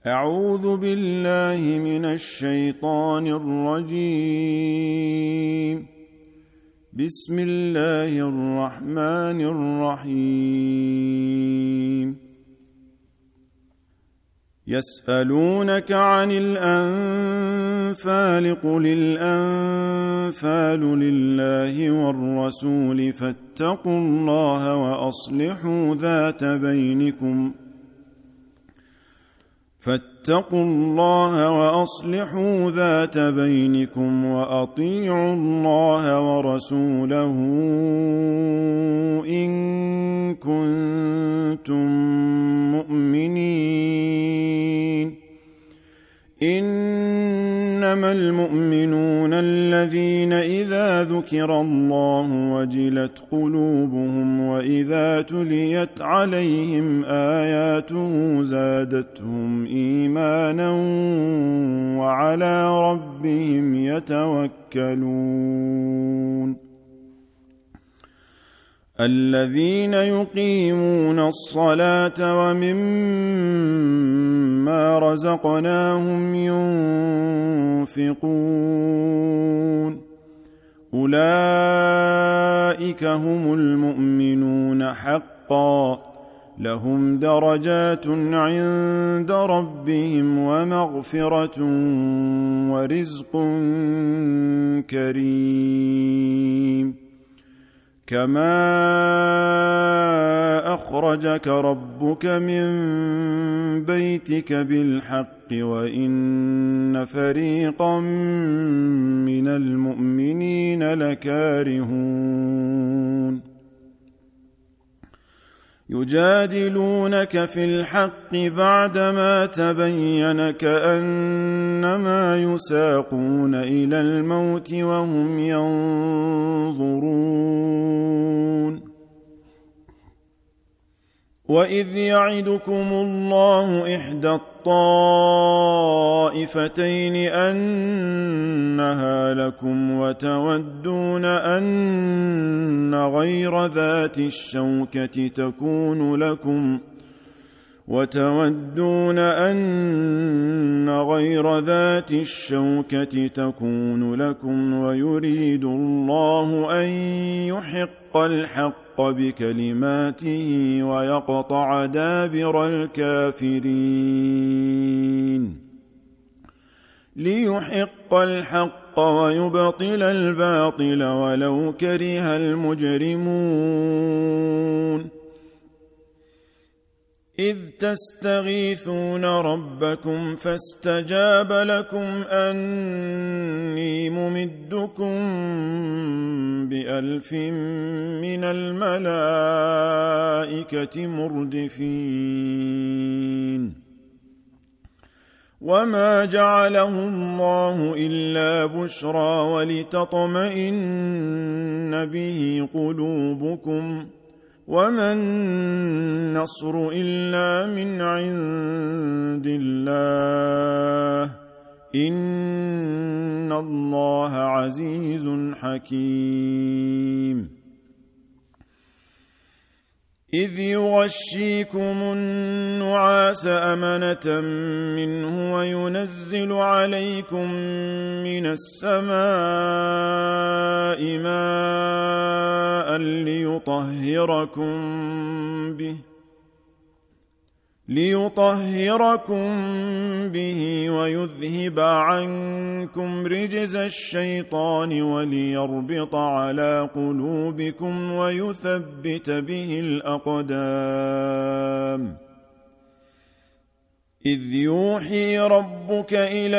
أعوذ بالله من الشيطان الرجيم. بسم الله الرحمن الرحيم. يسألونك عن الأنفال قل الأنفال لله والرسول فاتقوا الله وأصلحوا ذات بينكم وأطيعوا الله ورسوله إن كنتم مؤمنين. إنما المؤمنون الذين إذا ذكر الله وجلت قلوبهم وإذا تليت عليهم آياته زادتهم إيمانا وعلى ربهم يتوكلون. الذين يقيمون الصلاة ومما رزقناهم ينفقون أولئك هم المؤمنون حقا لهم درجات عند ربهم ومغفرة ورزق كريم. كما أخرجك ربك من بيتك بالحق وإن فريقا من المؤمنين لكارهون. يجادلونك في الحق بعدما تبين كأنما يساقون إلى الموت وهم ينظرون. وإذ يعدكم الله إحدى الطائفتين أنها لكم وتودون أن غير ذات الشوكة تكون لكم ويريد الله أن يحق الحق بكلماته ويقطع دابر الكافرين. ليحق الحق ويبطل الباطل ولو كره المجرمون. إذ تستغيثون ربكم فاستجاب لكم أني ممدكم ب1000 من الملائكة مردفين. وما جعله الله إلا بشرى ولتطمئن به قلوبكم وما النصر إلا من عند الله إن الله عزيز حكيم. إذ يغشيكم النعاس أمنة منه وينزل عليكم من السماء ماء ليطهركم به ويذهب عنكم رجز الشيطان وليربط على قلوبكم ويثبت به الأقدام. إذ يوحي ربك إلى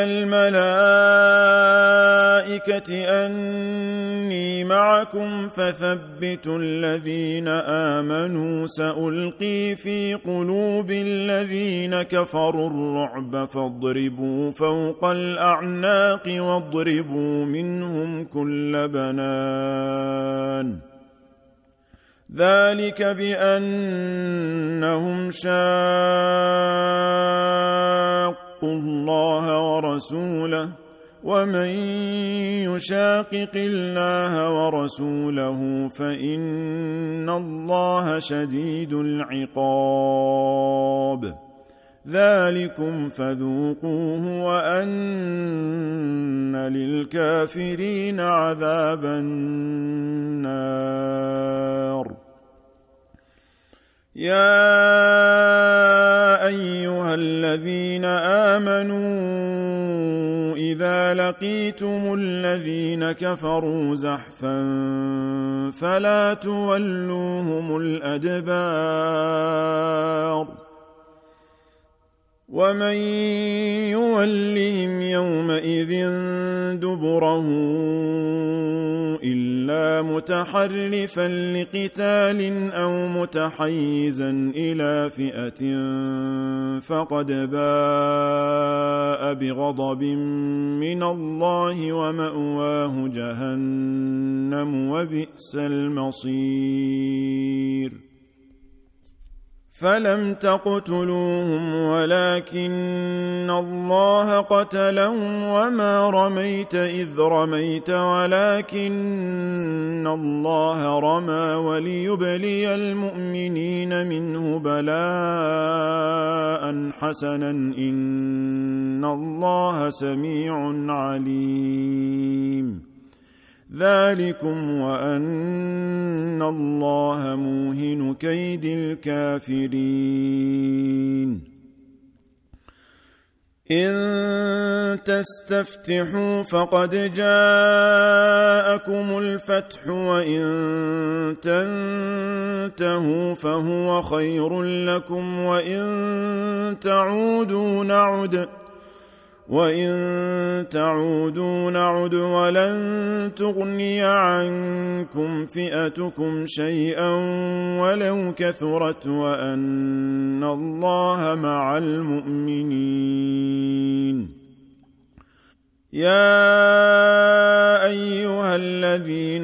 الملائكة أني معكم فثبتوا الذين آمنوا سألقي في قلوب الذين كفروا الرعب فاضربوا فوق الأعناق واضربوا منهم كل بنان. ذلك بأنهم شاقوا الله ورسوله ومن يشاقق الله ورسوله فإن الله شديد العقاب. ذلكم فذوقوه وأن للكافرين عذاب النار. يا أيها الذين آمنوا إذا لقيتم الذين كفروا زحفا فلا تولوهم الأدبار ومن يولهم يومئذ دبره إلا متحرفا لقتال أو متحيزا إلى فئة فقد باء بغضب من الله ومأواه جهنم وبئس المصير. فلم تقتلوهم ولكن الله قتلهم وما رميت إذ رميت ولكن الله رمى وليبلي المؤمنين منه بلاء حسنا إن الله سميع عليم. ذلكم وأن الله موهن كيد الكافرين. إن تستفتحوا فقد جاءكم الفتح وإن تنتهوا فهو خير لكم وإن تعودوا نعد ولن تغني عنكم فئتكم شيئا ولو كثرت وأن الله مع المؤمنين. يا أيها الذين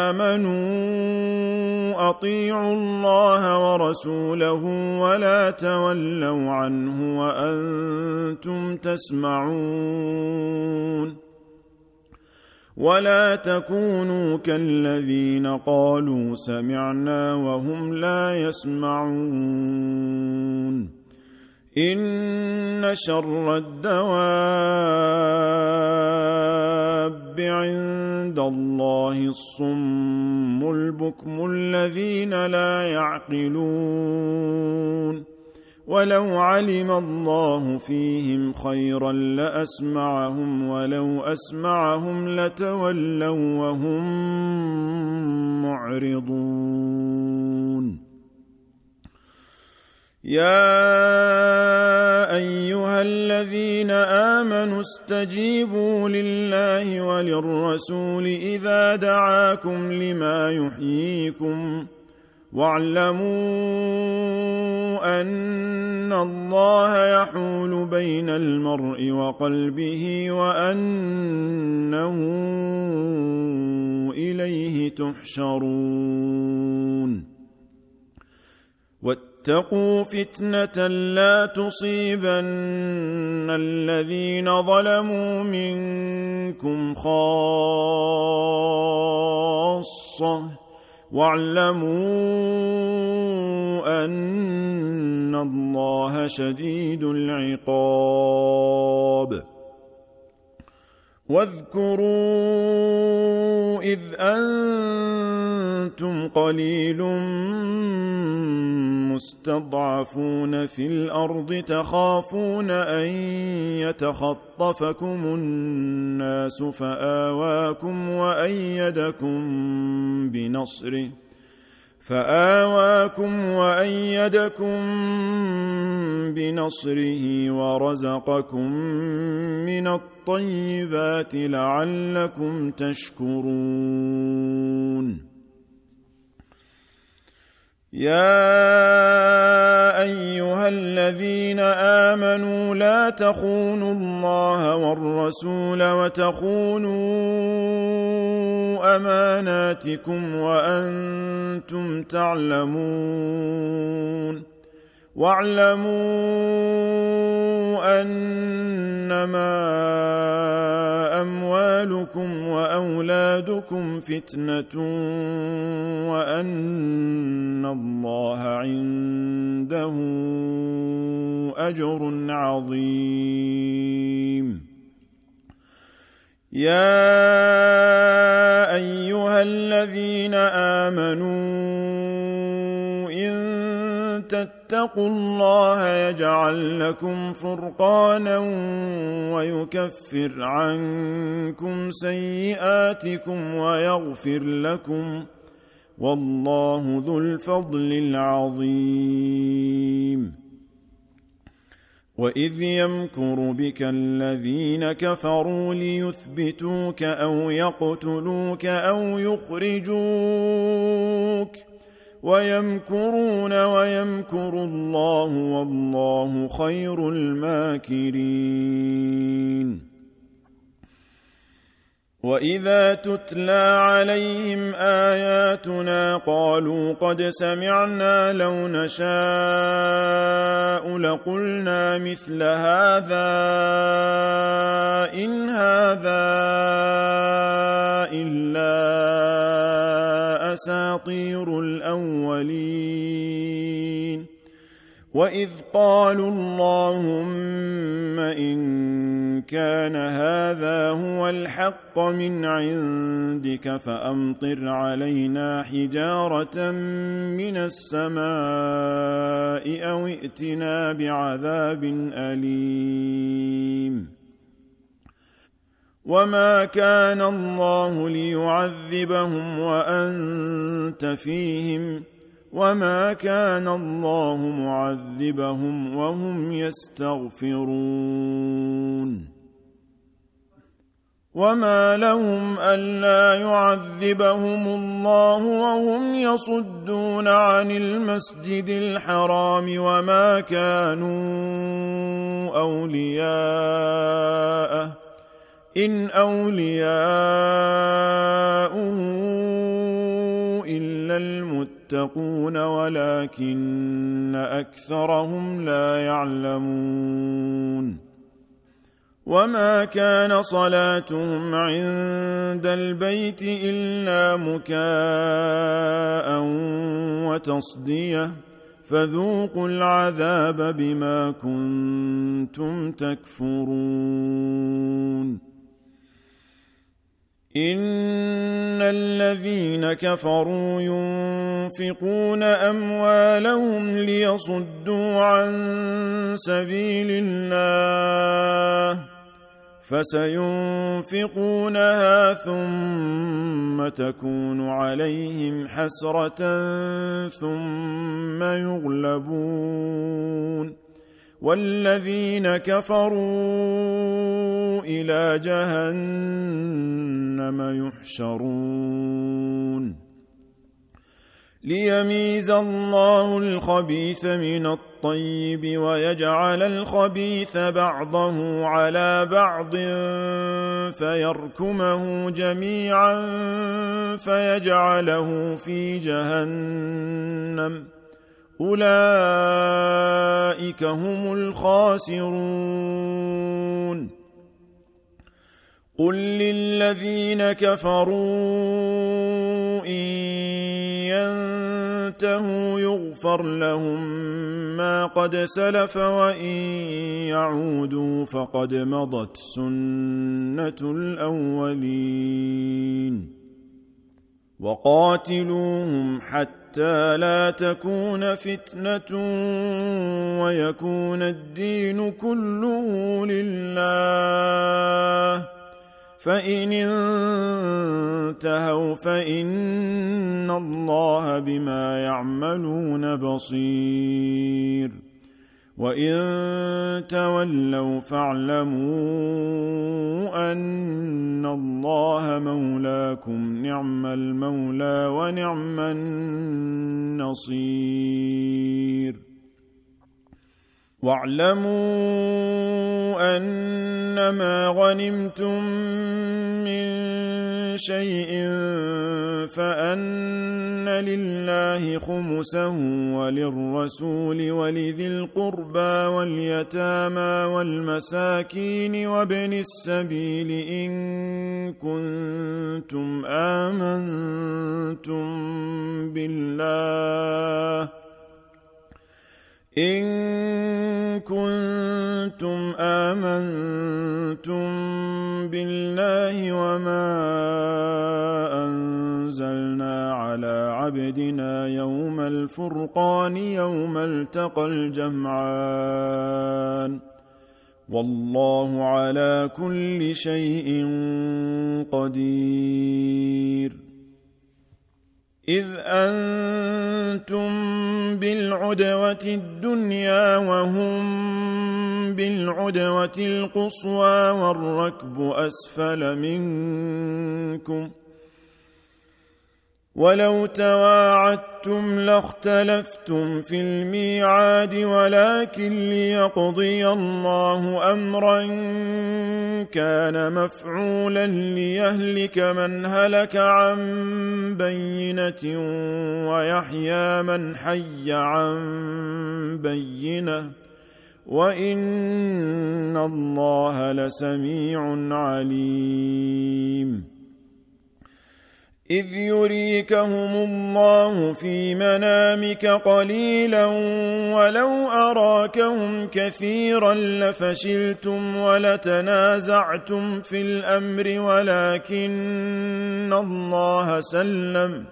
آمنوا أطيعوا الله ورسوله ولا تولوا عنه وأنتم تسمعون. ولا تكونوا كالذين قالوا سمعنا وهم لا يسمعون. إن شر الدواب عند الله الصم البكم الذين لا يعقلون. ولو علم الله فيهم خيرا لأسمعهم ولو أسمعهم لتولوا وهم معرضون. يا أيها الذين آمنوا استجيبوا لله وللرسول إذا دعاكم لما يحييكم واعلموا أن الله يحول بين المرء وقلبه وأنه إليه تحشرون. واتقوا فتنة لا تصيبن الذين ظلموا منكم خاصة واعلموا أن الله شديد العقاب. واذكروا إذ أنتم قليل مستضعفون في الأرض تخافون أن يتخطفكم الناس فآواكم وأيدكم بنصره ورزقكم من الطيبات لعلكم تشكرون. يا أيها الذين آمنوا لا تخونوا الله والرسول وتخونوا أماناتكم وأنتم تعلمون. واعلموا أنما أموالكم أموالكم وأولادكم فتنة وأن الله عنده أجر عظيم. يا أيها الذين آمنوا إن تتقوا الله يجعل لكم فرقانا ويكفر عنكم سيئاتكم ويغفر لكم، والله ذو الفضل العظيم. وإذ يمكر بك الذين كفروا ليثبتوك أو يقتلوك أو يخرجوك ويمكرون ويمكر الله والله خير الماكرين. وإذا تتلى عليهم آياتنا قالوا قد سمعنا لو نشاء لقلنا مثل هذا إن هذا إلا أساطير الأولين. وإذ قالوا اللهم إن كان هذا هو الحق من عندك فأمطر علينا حجارة من السماء أو ائتنا بعذاب أليم. وما كان الله ليعذبهم وأنت فيهم وما كان الله معذبهم وهم يستغفرون. وما لهم ألا يعذبهم الله وهم يصدون عن المسجد الحرام وما كانوا أولياءه إن أولياؤه إلا المتقون ولكن أكثرهم لا يعلمون. وما كان صلاتهم عند البيت إلا مكاء وتصدية فذوقوا العذاب بما كنتم تكفرون. إن الذين كفروا ينفقون أموالهم ليصدوا عن سبيل الله فسينفقونها ثم تكون عليهم حسرة ثم يغلبون والذين كفروا إلى جهنم يحشرون. ليميز الله الخبيث من الطيب ويجعل الخبيث بعضه على بعض فيركمه جميعا فيجعله في جهنم أولئك هم الخاسرون. قل للذين كفروا إن ينتهوا يغفر لهم ما قد سلف وإن يعودوا فقد مضت سنة الأولين. وقاتلوهم حتى لا تكون فتنة ويكون الدين كله لله فإن انتهوا فإن الله بما يعملون بصير وإن تولوا فاعلموا أن الله مولاكم نعم المولى ونعم النصير. واعلموا أنما غنمتم من شيء فأن لله خمسه وللرسول ولذي القربى واليتامى والمساكين وابن السبيل إن كنتم آمنتم بالله وما أنزلنا على عبدنا يوم الفرقان يوم التقى الجمعان والله على كل شيء قدير. إذ أنتم بالعدوة الدنيا وهم بالعدوة القصوى والركب أسفل منكم ولو تواعدتم لاختلفتم في الميعاد ولكن ليقضي الله أمرا كان مفعولا ليهلك من هلك عن بينة ويحيى من حي عن بينة وإن الله لسميع عليم. إذ يريكهم الله في منامك قليلا ولو أراكهم كثيرا لفشلتم ولتنازعتم في الأمر ولكن الله سلم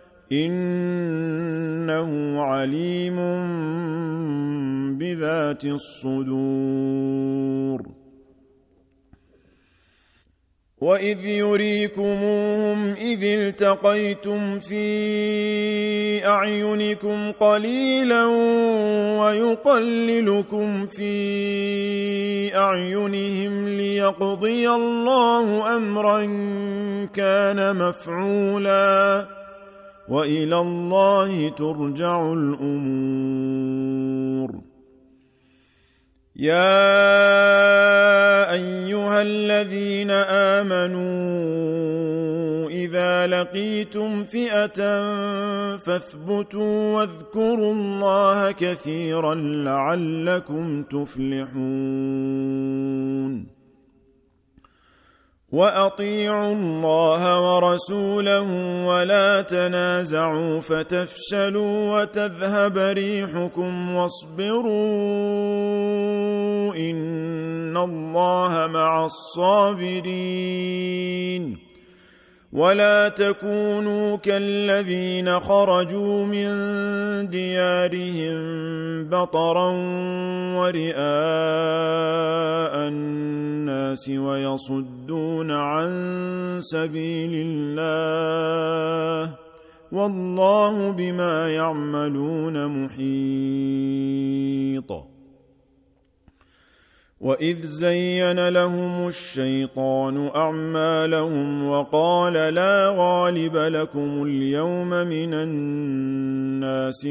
إنه عليم بذات الصدور. وإذ يريكموهم إذ التقيتم في أعينكم قليلا ويقللكم في أعينهم ليقضي الله أمرا كان مفعولا وإلى الله ترجع الأمور. يا أيها الذين آمنوا إذا لقيتم فئة فاثبتوا واذكروا الله كثيرا لعلكم تفلحون. وأطيعوا الله ورسوله ولا تنازعوا فتفشلوا وتذهب ريحكم واصبروا إن الله مع الصابرين. ولا تكونوا كالذين خرجوا من ديارهم بطرا ورئاء الناس ويصدون عن سبيل الله والله بما يعملون محيط. وإذ زين لهم الشيطان أعمالهم وقال لا غالب لكم اليوم من الناس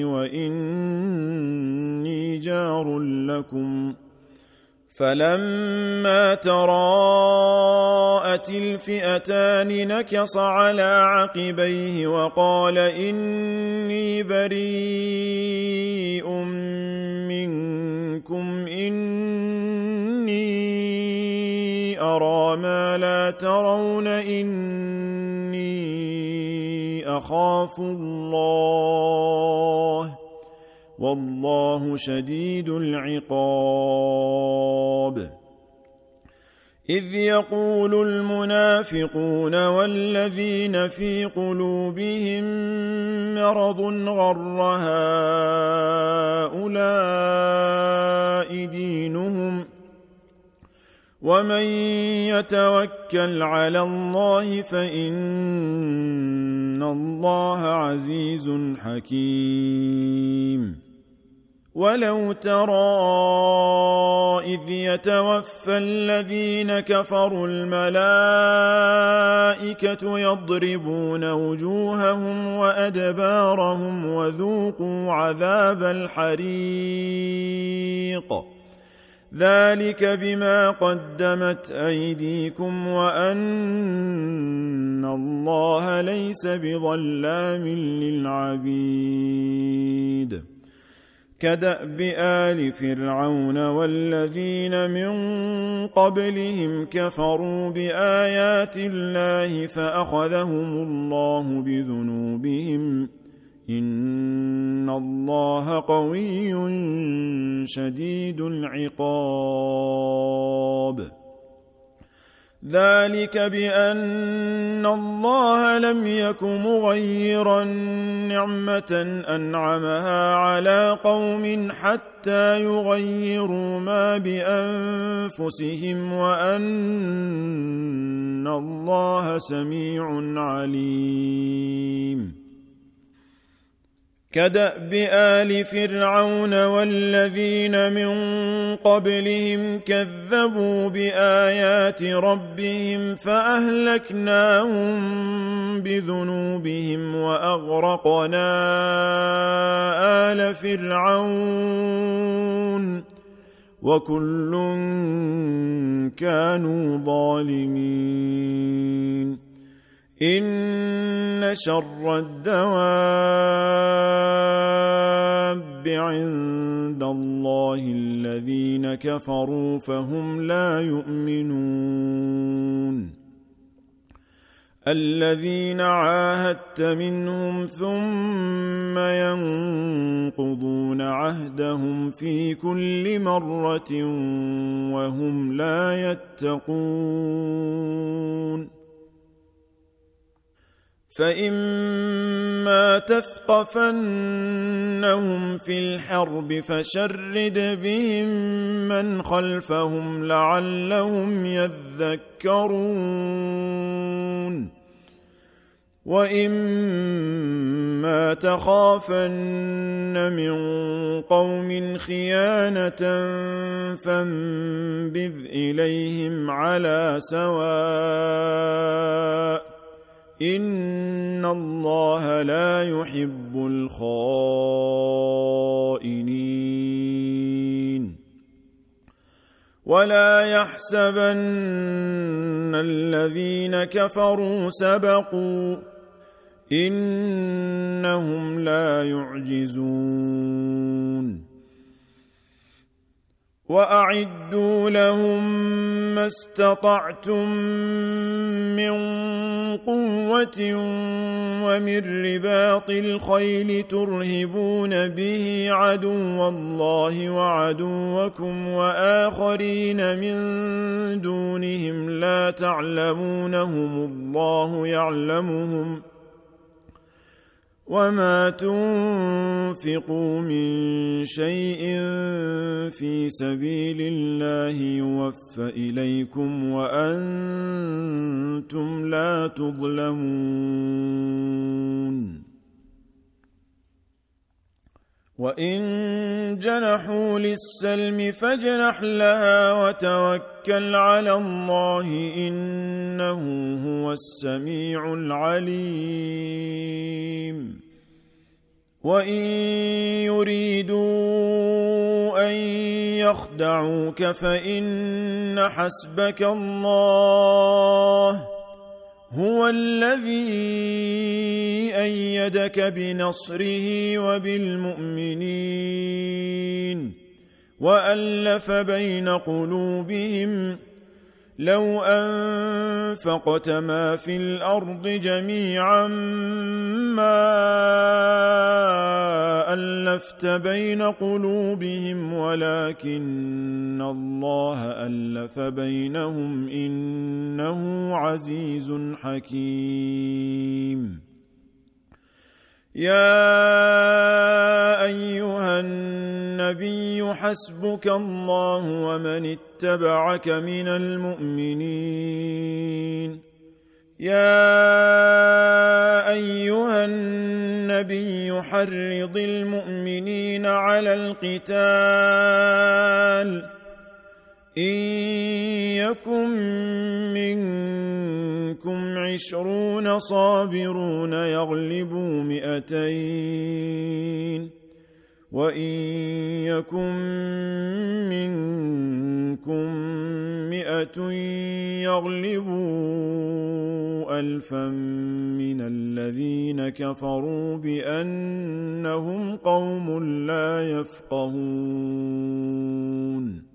وإني جار لكم فلما تراءت الفئتان نكص على عقبيه وقال إني بريء منكم إني أرى ما لا ترون إني أخاف الله والله شديد العقاب. إذ يقول المنافقون والذين في قلوبهم مرض غر هؤلاء دينهم ومن يتوكل على الله فإن الله عزيز حكيم. ولو ترى إذ يتوفى الذين كفروا الملائكة يضربون وجوههم وأدبارهم وذوقوا عذاب الحريق ذلك بما قدمت أيديكم وأن الله ليس بظلام للعبيد كدأب آل فرعون والذين من قبلهم كفروا بآيات الله فأخذهم الله بذنوبهم إن الله قوي شديد العقاب ذلك بأن الله لم يك مغيرا نعمة أنعمها على قوم حتى يغيروا ما بأنفسهم وأن الله سميع عليم كدأب آل فرعون والذين من قبلهم كذبوا بآيات ربهم فأهلكناهم بذنوبهم وأغرقنا آل فرعون وكل كانوا ظالمين إن شر الدواب عند الله الذين كفروا فهم لا يؤمنون الذين عاهدت منهم ثم ينقضون عهدهم في كل مرة وهم لا يتقون فإما تثقفنهم في الحرب فشرد بهم من خلفهم لعلهم يذكرون وإما تخافن من قوم خيانة فانبذ إليهم على سواء إن الله لا يحب الخائنين ولا يحسبن الذين كفروا سبقوا إنهم لا يعجزون وأعدوا لهم ما استطعتم من قوة ومن رباط الخيل ترهبون به عدو الله وعدوكم وآخرين من دونهم لا تعلمونهم الله يعلمهم وما تنفقوا من شيء في سبيل الله يوفى إليكم وأنتم لا تظلمون وإن جنحوا للسلم فاجنح لها وتوكل على الله إنه هو السميع العليم وإن يريدوا أن يخدعوك فإن حسبك الله هو الذي أيدك بنصره وبالمؤمنين وألف بين قلوبهم لو أنفقت ما في الأرض جميعا ما ألفت بين قلوبهم ولكن الله ألف بينهم إنه عزيز حكيم يا أيها النبي حسبك الله ومن اتبعك من المؤمنين يا أيها النبي حرض المؤمنين على القتال إن يكن منكم 20 صابرون يغلبوا 200 وإن يكن منكم 100 يغلبوا 1000 من الذين كفروا بأنهم قوم لا يفقهون.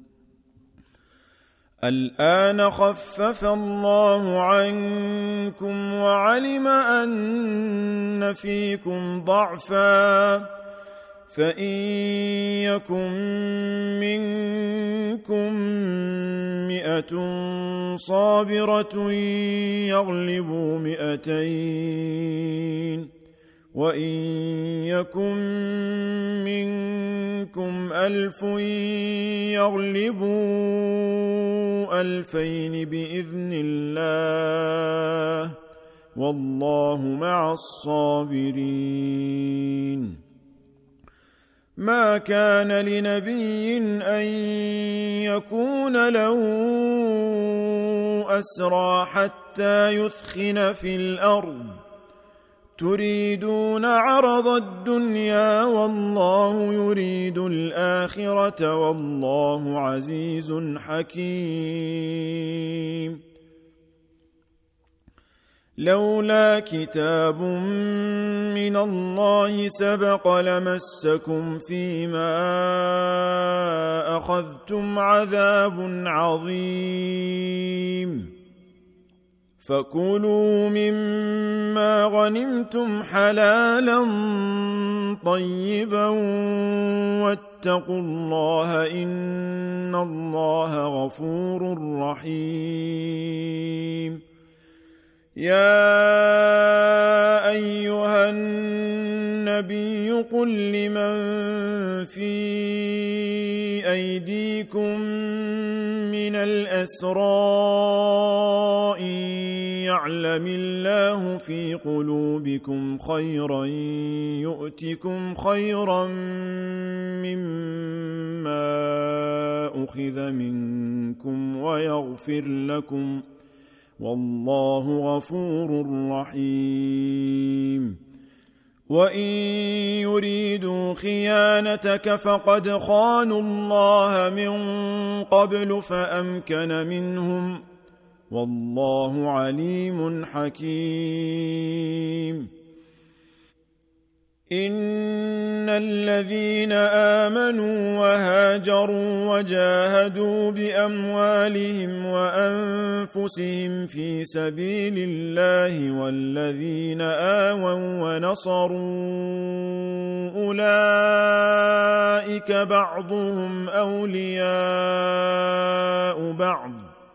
الآن خفف الله عنكم وعلم أن فيكم ضعفا فإن يكن منكم 100 صابرة يغلبوا 200 وإن يكن منكم 1000 يغلبوا 2000 بإذن الله والله مع الصابرين. ما كان لنبي أن يكون له أسرى حتى يثخن في الأرض تريدون عرض الدنيا والله يريد الآخرة والله عزيز حكيم. لولا كتاب من الله سبق لمسكم فيما أخذتم عذاب عظيم. فكلوا مما غنمتم حلالا طيبا واتقوا الله إن الله غفور رحيم. يا أيها النبي قل لمن في أيديكم من الأسرى إن يعلم الله في قلوبكم خيرا يؤتكم خيرا مما أخذ منكم ويغفر لكم والله غفور رحيم. وإن يريدوا خيانتك فقد خانوا الله من قبل فأمكن منهم والله عليم حكيم. إن الذين آمنوا وهاجروا وجاهدوا بأموالهم وأنفسهم في سبيل الله والذين آووا ونصروا أولئك بعضهم أولياء بعض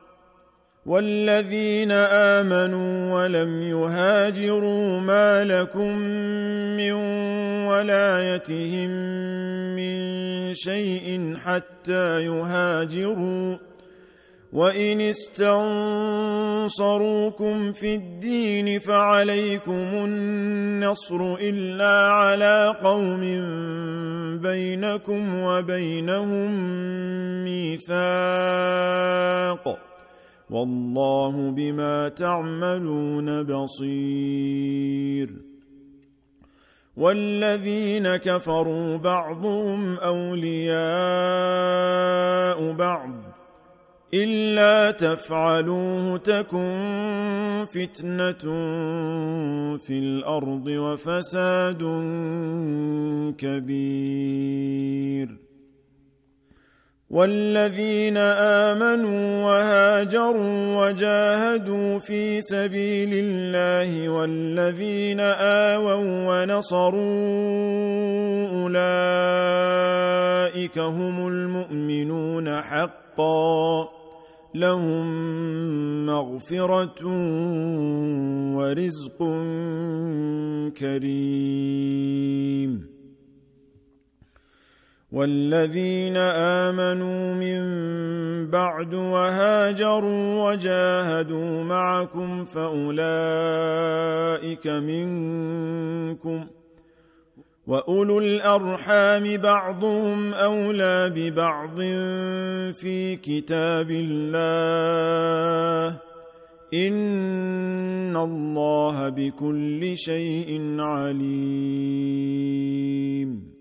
والذين آمنوا ولم يهاجروا ما لكم من ولايتهم من شيء حتى يهاجروا وإن استنصروكم في الدين فعليكم النصر إلا على قوم بينكم وبينهم ميثاق والله بما تعملون بصير. والذين كفروا بعضهم أولياء بعض إلا تفعلوه تكن فتنة في الأرض وفساد كبير. والذين آمنوا وهاجروا وجاهدوا في سبيل الله والذين آووا ونصروا أولئك هم المؤمنون حقا لهم مغفرة ورزق كريم. والذين آمنوا من بعد وهاجروا وجاهدوا معكم فأولئك منكم وأولو الأرحام بعضهم أولى ببعض في كتاب الله إن الله بكل شيء عليم